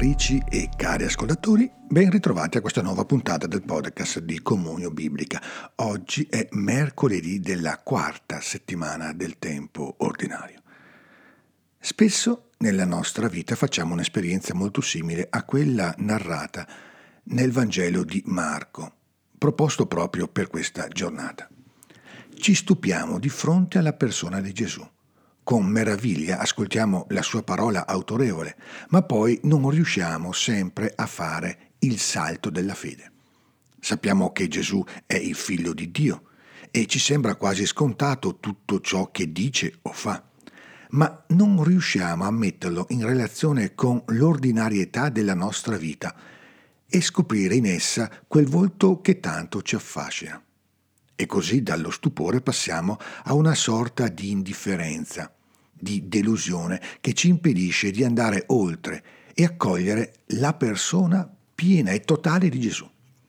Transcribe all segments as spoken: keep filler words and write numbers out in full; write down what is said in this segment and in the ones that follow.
ascoltatrici e cari ascoltatori, ben ritrovati a questa nuova puntata del podcast di Comunio Biblica. Oggi è mercoledì della quarta settimana del tempo ordinario. Spesso nella nostra vita facciamo un'esperienza molto simile a quella narrata nel Vangelo di Marco, proposto proprio per questa giornata. Ci stupiamo di fronte alla persona di Gesù. Con meraviglia ascoltiamo la sua parola autorevole, ma poi non riusciamo sempre a fare il salto della fede. Sappiamo che Gesù è il Figlio di Dio e ci sembra quasi scontato tutto ciò che dice o fa, ma non riusciamo a metterlo in relazione con l'ordinarietà della nostra vita e scoprire in essa quel volto che tanto ci affascina. E così dallo stupore passiamo a una sorta di indifferenza, di delusione che ci impedisce di andare oltre e accogliere la persona piena e totale di Gesù.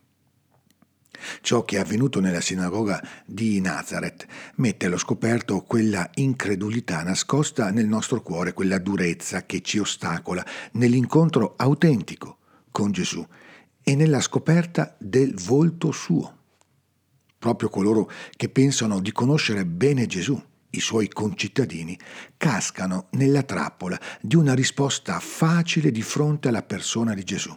Ciò che è avvenuto nella sinagoga di Nazareth mette allo scoperto quella incredulità nascosta nel nostro cuore, quella durezza che ci ostacola nell'incontro autentico con Gesù e nella scoperta del volto suo. Proprio coloro che pensano di conoscere bene Gesù, i suoi concittadini, cascano nella trappola di una risposta facile di fronte alla persona di Gesù.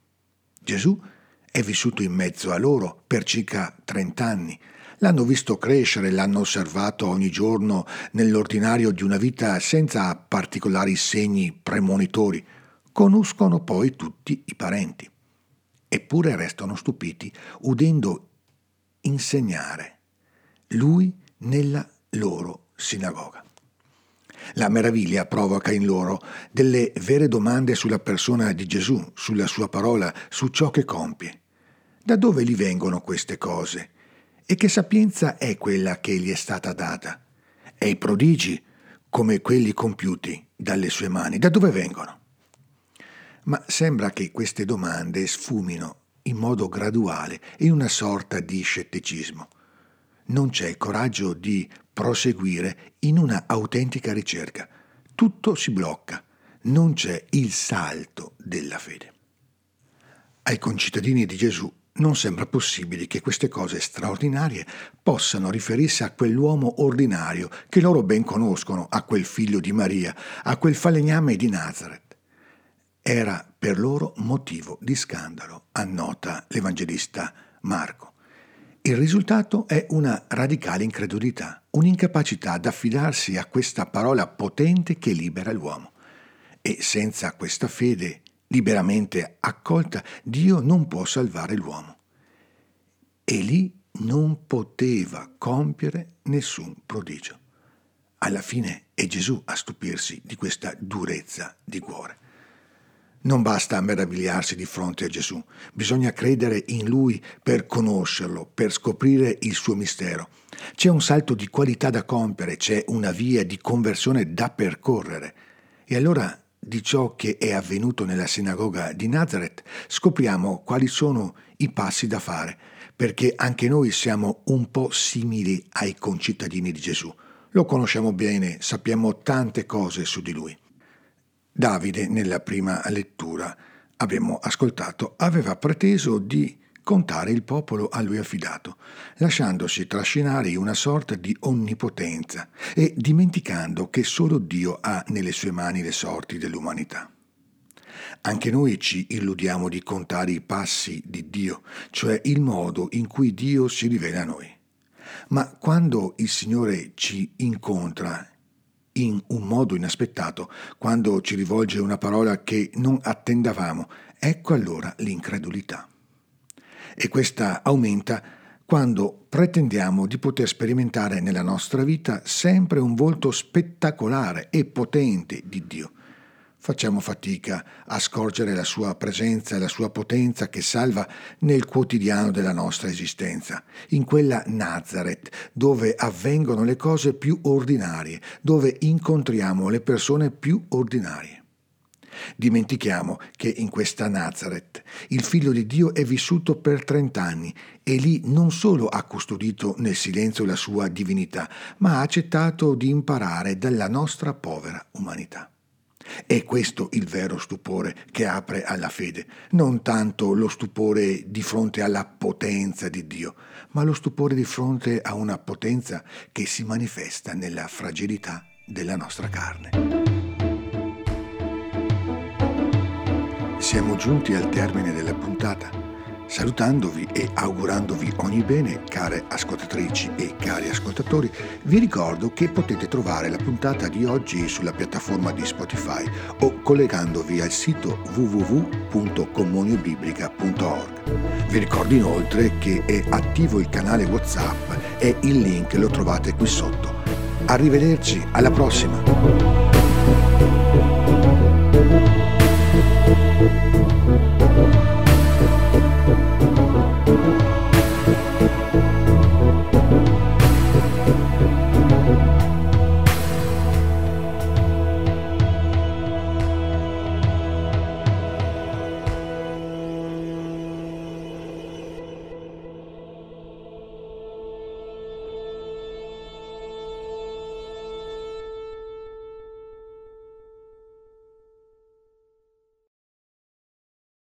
Gesù è vissuto in mezzo a loro per circa trent'anni. L'hanno visto crescere, l'hanno osservato ogni giorno nell'ordinario di una vita senza particolari segni premonitori. Conoscono poi tutti i parenti. Eppure restano stupiti udendo insegnare lui nella loro sinagoga. La meraviglia provoca in loro delle vere domande sulla persona di Gesù, sulla sua parola, su ciò che compie. Da dove gli vengono queste cose? E che sapienza è quella che gli è stata data? E i prodigi, come quelli compiuti dalle sue mani, da dove vengono? Ma sembra che queste domande sfumino in modo graduale in una sorta di scetticismo. Non c'è il coraggio di proseguire in una autentica ricerca. Tutto si blocca, non c'è il salto della fede. Ai concittadini di Gesù non sembra possibile che queste cose straordinarie possano riferirsi a quell'uomo ordinario che loro ben conoscono, a quel figlio di Maria, a quel falegname di Nazareth. Era per loro motivo di scandalo, annota l'Evangelista Marco. Il risultato è una radicale incredulità, un'incapacità ad affidarsi a questa parola potente che libera l'uomo. E senza questa fede liberamente accolta, Dio non può salvare l'uomo. E lì non poteva compiere nessun prodigio. Alla fine è Gesù a stupirsi di questa durezza di cuore. Non basta meravigliarsi di fronte a Gesù, bisogna credere in Lui per conoscerlo, per scoprire il suo mistero. C'è un salto di qualità da compiere, c'è una via di conversione da percorrere. E allora di ciò che è avvenuto nella sinagoga di Nazareth scopriamo quali sono i passi da fare, perché anche noi siamo un po' simili ai concittadini di Gesù. Lo conosciamo bene, sappiamo tante cose su di Lui. Davide, nella prima lettura, abbiamo ascoltato, aveva preteso di contare il popolo a lui affidato, lasciandosi trascinare in una sorta di onnipotenza e dimenticando che solo Dio ha nelle sue mani le sorti dell'umanità. Anche noi ci illudiamo di contare i passi di Dio, cioè il modo in cui Dio si rivela a noi. Ma quando il Signore ci incontra in un modo inaspettato, quando ci rivolge una parola che non attendavamo, ecco allora l'incredulità. E questa aumenta quando pretendiamo di poter sperimentare nella nostra vita sempre un volto spettacolare e potente di Dio. Facciamo fatica a scorgere la sua presenza e la sua potenza che salva nel quotidiano della nostra esistenza, in quella Nazareth dove avvengono le cose più ordinarie, dove incontriamo le persone più ordinarie. Dimentichiamo che in questa Nazareth il Figlio di Dio è vissuto per trent'anni e lì non solo ha custodito nel silenzio la sua divinità, ma ha accettato di imparare dalla nostra povera umanità. È questo il vero stupore che apre alla fede, non tanto lo stupore di fronte alla potenza di Dio, ma lo stupore di fronte a una potenza che si manifesta nella fragilità della nostra carne. Siamo giunti al termine della puntata. Salutandovi e augurandovi ogni bene, care ascoltatrici e cari ascoltatori, vi ricordo che potete trovare la puntata di oggi sulla piattaforma di Spotify o collegandovi al sito w w w punto comuniobiblica punto org. Vi ricordo inoltre che è attivo il canale WhatsApp e il link lo trovate qui sotto. Arrivederci, alla prossima!